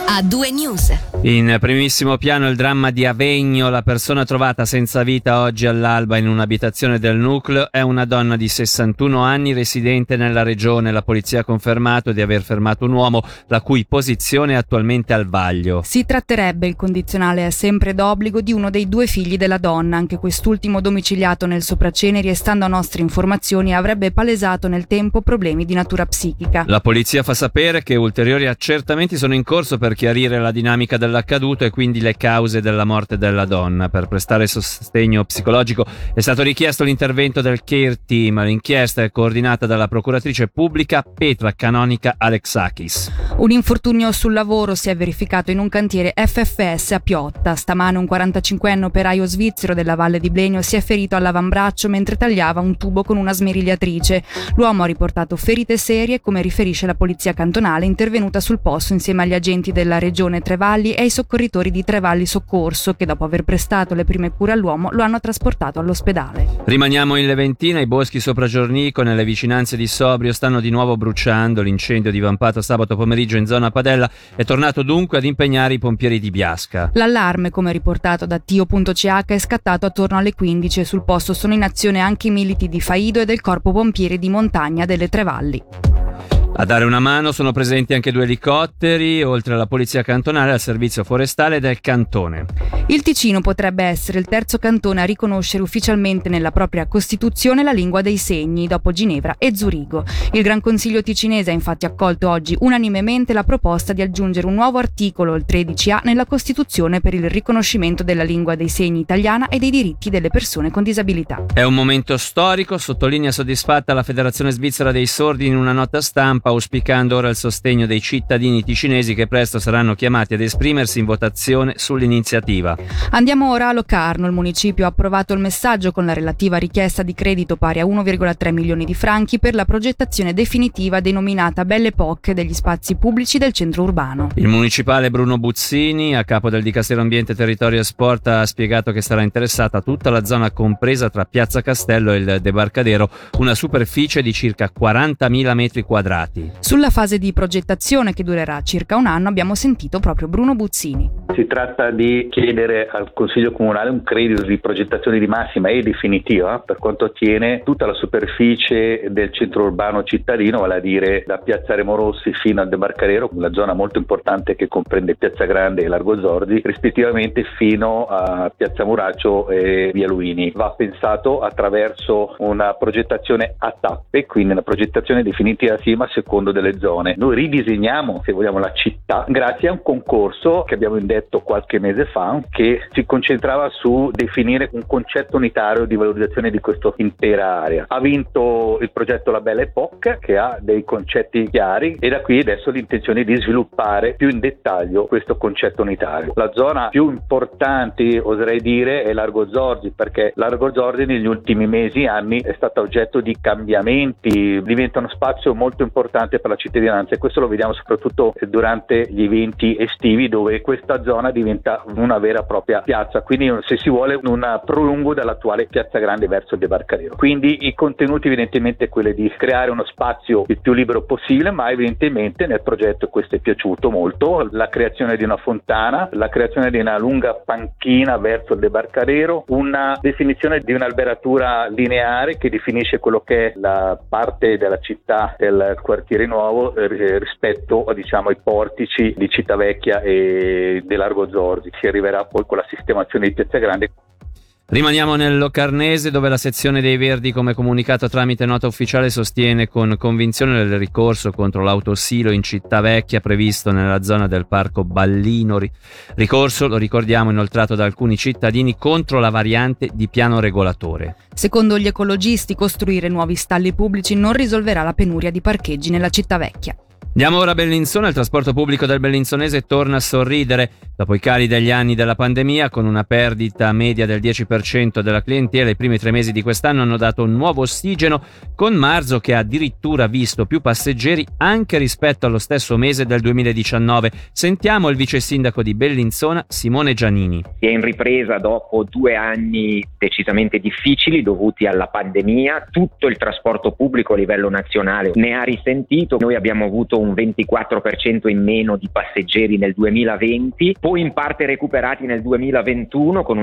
A2 News. In primissimo piano il dramma di Avegno. La persona trovata senza vita oggi all'alba in un'abitazione del nucleo è una donna di 61 anni residente nella regione. La polizia ha confermato di aver fermato un uomo la cui posizione è attualmente al vaglio. Si tratterebbe, il condizionale è sempre d'obbligo, di uno dei 2 figli della donna. Anche quest'ultimo domiciliato nel Sopraceneri e, stando a nostre informazioni, avrebbe palesato nel tempo problemi di natura psichica. La polizia fa sapere che ulteriori accertamenti sono in corso per chiarire la dinamica dell'accaduto e quindi le cause della morte della donna. Per prestare sostegno psicologico è stato richiesto l'intervento del Care Team. L'inchiesta è coordinata dalla procuratrice pubblica Petra Canonica Alexakis. Un infortunio sul lavoro si è verificato in un cantiere FFS a Piotta. Stamane un 45enne operaio svizzero della Valle di Blegno si è ferito all'avambraccio mentre tagliava un tubo con una smerigliatrice. L'uomo ha riportato ferite serie, come riferisce la polizia cantonale, intervenuta sul posto insieme agli agenti della regione Trevalli e ai soccorritori di Trevalli Soccorso, che dopo aver prestato le prime cure all'uomo lo hanno trasportato all'ospedale. Rimaniamo in Leventina. I boschi sopra Giornico, nelle vicinanze di Sobrio, stanno di nuovo bruciando. L'incendio divampato sabato pomeriggio in zona Padella è tornato dunque ad impegnare i pompieri di Biasca. L'allarme, come riportato da Tio.ch, è scattato attorno alle 15 e sul posto sono in azione anche i militi di Faido e del Corpo Pompieri di Montagna delle Trevalli. A dare una mano sono presenti anche 2 elicotteri, oltre alla polizia cantonale, al servizio forestale del cantone. Il Ticino potrebbe essere il terzo cantone a riconoscere ufficialmente nella propria Costituzione la lingua dei segni, dopo Ginevra e Zurigo. Il Gran Consiglio ticinese ha infatti accolto oggi unanimemente la proposta di aggiungere un nuovo articolo, il 13A, nella Costituzione per il riconoscimento della lingua dei segni italiana e dei diritti delle persone con disabilità. È un momento storico, sottolinea soddisfatta la Federazione Svizzera dei Sordi in una nota stampa, auspicando ora il sostegno dei cittadini ticinesi che presto saranno chiamati ad esprimersi in votazione sull'iniziativa. Andiamo ora a Locarno. Il municipio ha approvato il messaggio con la relativa richiesta di credito pari a 1,3 milioni di franchi per la progettazione definitiva denominata Belle Époque degli spazi pubblici del centro urbano. Il municipale Bruno Buzzini, a capo del Dicastero Ambiente, Territorio e Sport, ha spiegato che sarà interessata tutta la zona compresa tra Piazza Castello e il Debarcadero, una superficie di circa 40.000 metri quadrati. Sulla fase di progettazione, che durerà circa un anno, abbiamo sentito proprio Bruno Buzzini. Si tratta di chiedere al Consiglio Comunale un credito di progettazione di massima e definitiva per quanto attiene tutta la superficie del centro urbano cittadino, vale a dire da Piazza Remo Rossi fino al Debarcadero, una zona molto importante che comprende Piazza Grande e Largo Zorzi, rispettivamente fino a Piazza Muraccio e Via Luini. Va pensato attraverso una progettazione a tappe, quindi una progettazione definitiva sì, ma secondo delle zone. Noi ridisegniamo, se vogliamo, la città grazie a un concorso che abbiamo indetto qualche mese fa, che si concentrava su definire un concetto unitario di valorizzazione di questa intera area. Ha vinto il progetto La Belle Époque, che ha dei concetti chiari, e da qui adesso l'intenzione di sviluppare più in dettaglio questo concetto unitario. La zona più importante, oserei dire, è Largo Zorzi, perché Largo Zorzi negli ultimi mesi, anni, è stata oggetto di cambiamenti, diventa uno spazio molto importante per la cittadinanza, e questo lo vediamo soprattutto durante gli eventi estivi, dove questa zona diventa una vera e propria piazza, quindi se si vuole un prolungo dall'attuale Piazza Grande verso il Debarcadero. Quindi i contenuti evidentemente quelli di creare uno spazio il più libero possibile, ma evidentemente nel progetto questo è piaciuto molto, la creazione di una fontana, la creazione di una lunga panchina verso il Debarcadero, una definizione di un'alberatura lineare che definisce quello che è la parte della città del quartiere nuovo rispetto, diciamo, ai portici di Cittavecchia e di Largo Zorzi. Si arriverà poi con la sistemazione di Piazza Grande. Rimaniamo nel Locarnese, dove la sezione dei Verdi, come comunicato tramite nota ufficiale, sostiene con convinzione il ricorso contro l'autosilo in Cittavecchia previsto nella zona del parco Ballino. Ricorso, lo ricordiamo, inoltrato da alcuni cittadini contro la variante di piano regolatore. Secondo gli ecologisti, costruire nuovi stalli pubblici non risolverà la penuria di parcheggi nella Cittavecchia. Andiamo ora a Bellinzona. Il trasporto pubblico del bellinzonese torna a sorridere dopo i cali degli anni della pandemia. Con una perdita media del 10% della clientela, i primi 3 mesi di quest'anno hanno dato un nuovo ossigeno, con marzo che ha addirittura visto più passeggeri anche rispetto allo stesso mese del 2019. Sentiamo il vice sindaco di Bellinzona, Simone Giannini. Si è in ripresa dopo 2 anni decisamente difficili dovuti alla pandemia. Tutto il trasporto pubblico a livello nazionale ne ha risentito. Noi abbiamo avuto avuto un 24% in meno di passeggeri nel 2020, poi in parte recuperati nel 2021 con un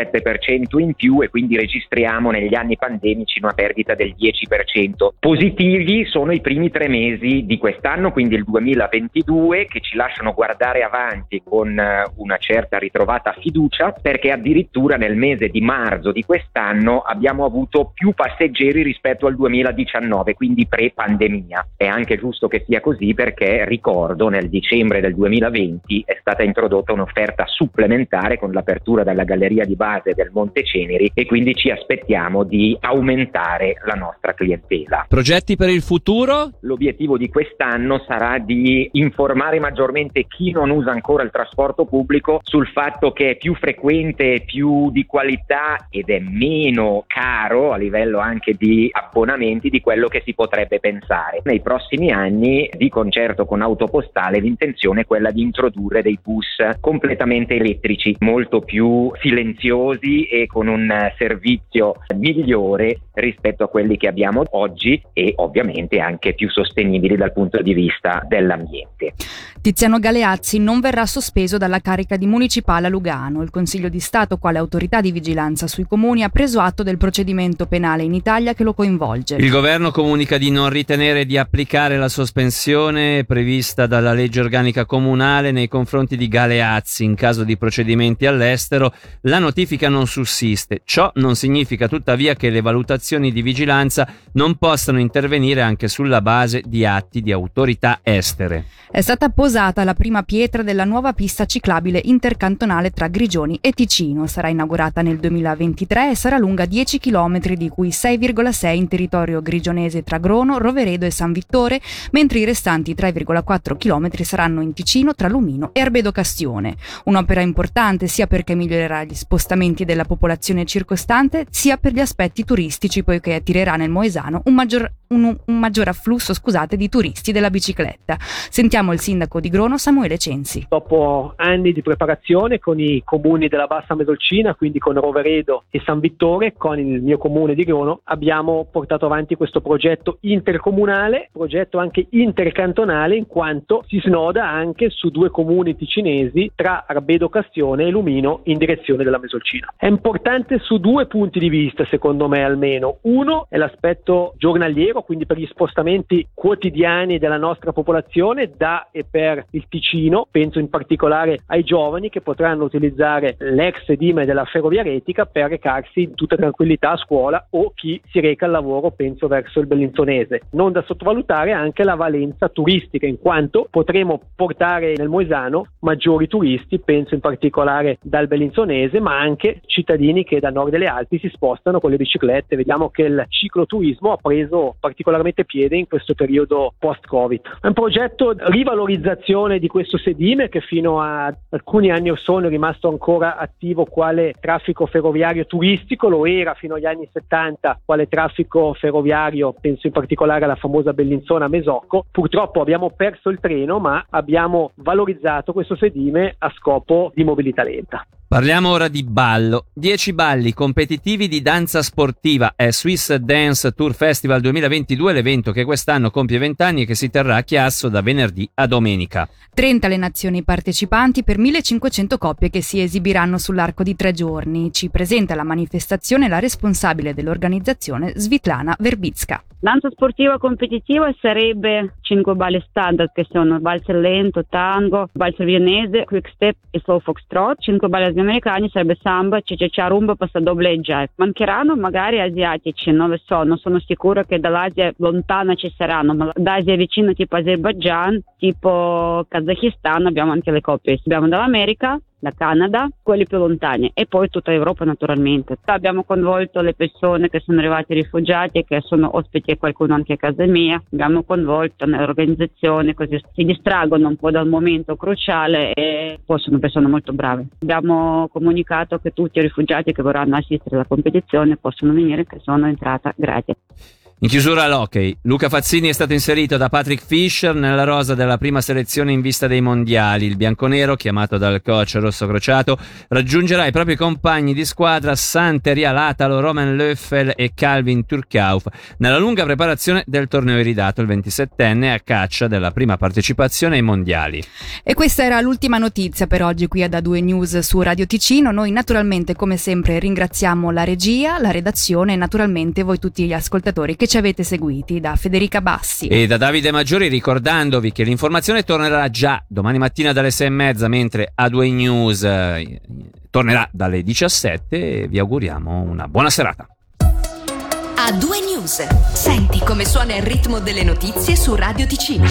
17% in più, e quindi registriamo negli anni pandemici una perdita del 10%. Positivi sono i primi 3 mesi di quest'anno, quindi il 2022, che ci lasciano guardare avanti con una certa ritrovata fiducia, perché addirittura nel mese di marzo di quest'anno abbiamo avuto più passeggeri rispetto al 2019, quindi pre-pandemia. È anche giusto che sia così, perché ricordo nel dicembre del 2020 è stata introdotta un'offerta supplementare con l'apertura della galleria di base del Monte Ceneri, e quindi ci aspettiamo di aumentare la nostra clientela. Progetti per il futuro? L'obiettivo di quest'anno sarà di informare maggiormente chi non usa ancora il trasporto pubblico sul fatto che è più frequente, più di qualità ed è meno caro a livello anche di abbonamenti di quello che si potrebbe pensare. Nei prossimi anni, di concerto con Autopostale, l'intenzione è quella di introdurre dei bus completamente elettrici, molto più silenziosi e con un servizio migliore rispetto a quelli che abbiamo oggi, e ovviamente anche più sostenibili dal punto di vista dell'ambiente. Tiziano Galeazzi non verrà sospeso dalla carica di municipale a Lugano. Il Consiglio di Stato, quale autorità di vigilanza sui comuni, ha preso atto del procedimento penale in Italia che lo coinvolge. Il governo comunica di non ritenere di applicare la sospensione prevista dalla legge organica comunale nei confronti di Galeazzi in caso di procedimenti all'estero. La notifica non sussiste. Ciò non significa tuttavia che le valutazioni di vigilanza non possano intervenire anche sulla base di atti di autorità estere. È stata posata la prima pietra della nuova pista ciclabile intercantonale tra Grigioni e Ticino. Sarà inaugurata nel 2023 e sarà lunga 10 km, di cui 6,6 in territorio grigionese tra Grono, Roveredo e San Vittore, mentre i restanti 3,4 km saranno in Ticino tra Lumino e Arbedo Castione. Un'opera importante sia perché migliorerà gli spostamenti della popolazione circostante, sia per gli aspetti turistici, poiché attirerà nel Moesano un maggior afflusso di turisti della bicicletta. Sentiamo il sindaco di Grono, Samuele Censi. Dopo anni di preparazione con i comuni della Bassa Medolcina, quindi con Roveredo e San Vittore, con il mio comune di Grono, abbiamo portato avanti questo progetto intercomunale, progetto anche intercantonale, in quanto si snoda anche su 2 comuni ticinesi tra Arbedo Castione e Lumino in direzione della Mesolcina. È importante su 2 punti di vista, secondo me almeno. Uno è l'aspetto giornaliero, quindi per gli spostamenti quotidiani della nostra popolazione da e per il Ticino. Penso in particolare ai giovani che potranno utilizzare l'ex edime della ferrovia retica per recarsi in tutta tranquillità a scuola, o chi si reca al lavoro, penso verso il Bellinzonese. Non da sottovalutare anche la valenza turistica, in quanto potremo portare nel Moesano maggiori turisti, penso in particolare dal Bellinzonese, ma anche cittadini che da nord delle Alpi si spostano con le biciclette. Vediamo che il cicloturismo ha preso particolarmente piede in questo periodo post-Covid. È un progetto rivalorizzazione di questo sedime che fino a alcuni anni or sono è rimasto ancora attivo quale traffico ferroviario turistico, lo era fino agli anni 70 quale traffico ferroviario, penso in particolare alla famosa Bellinzona Mesocco. Purtroppo abbiamo perso il treno, ma abbiamo valorizzato questo sedime a scopo di mobilità lenta. Parliamo ora di ballo. 10 balli competitivi di danza sportiva è Swiss Dance Tour Festival 2022, l'evento che quest'anno compie 20 anni e che si terrà a Chiasso da venerdì a domenica. 30 le nazioni partecipanti per 1500 coppie che si esibiranno sull'arco di 3 giorni. Ci presenta la manifestazione la responsabile dell'organizzazione, Svitlana Verbitska. Danza sportiva competitiva sarebbe 5 balli standard, che sono valzer lento, tango, valzer vienese, quick step e slow foxtrot. 5 balli americani sarebbe samba, cha-cha-cha, rumba, pasodoble e jive. Mancheranno magari asiatici, non lo so, non sono sicura che dall'Asia lontana ci saranno, ma d'Asia vicina tipo Azerbaijan, tipo Kazakistan abbiamo anche le coppie. Abbiamo dall'America, da Canada, quelli più lontani, e poi tutta Europa naturalmente. Abbiamo coinvolto le persone che sono arrivati rifugiati e che sono ospiti, qualcuno anche a casa mia. Abbiamo coinvolto nell'organizzazione, così si distraggono un po' dal momento cruciale e poi sono persone molto brave. Abbiamo comunicato che tutti i rifugiati che vorranno assistere alla competizione possono venire, che sono entrata gratis. In chiusura l'hockey, Luca Fazzini è stato inserito da Patrick Fischer nella rosa della prima selezione in vista dei mondiali. Il bianconero, chiamato dal coach rosso crociato, raggiungerà i propri compagni di squadra Santeria Latalo, Roman Löffel e Calvin Turcauf nella lunga preparazione del torneo iridato. Il 27enne a caccia della prima partecipazione ai mondiali. E questa era l'ultima notizia per oggi qui a Da2 News su Radio Ticino. Noi naturalmente, come sempre, ringraziamo la regia, la redazione e naturalmente voi tutti gli ascoltatori che ci avete seguiti. Da Federica Bassi e da Davide Maggiori, ricordandovi che l'informazione tornerà già domani mattina dalle 6:30, mentre A2 News tornerà dalle 17 e vi auguriamo una buona serata. A2 News. Senti come suona il ritmo delle notizie su Radio Ticino.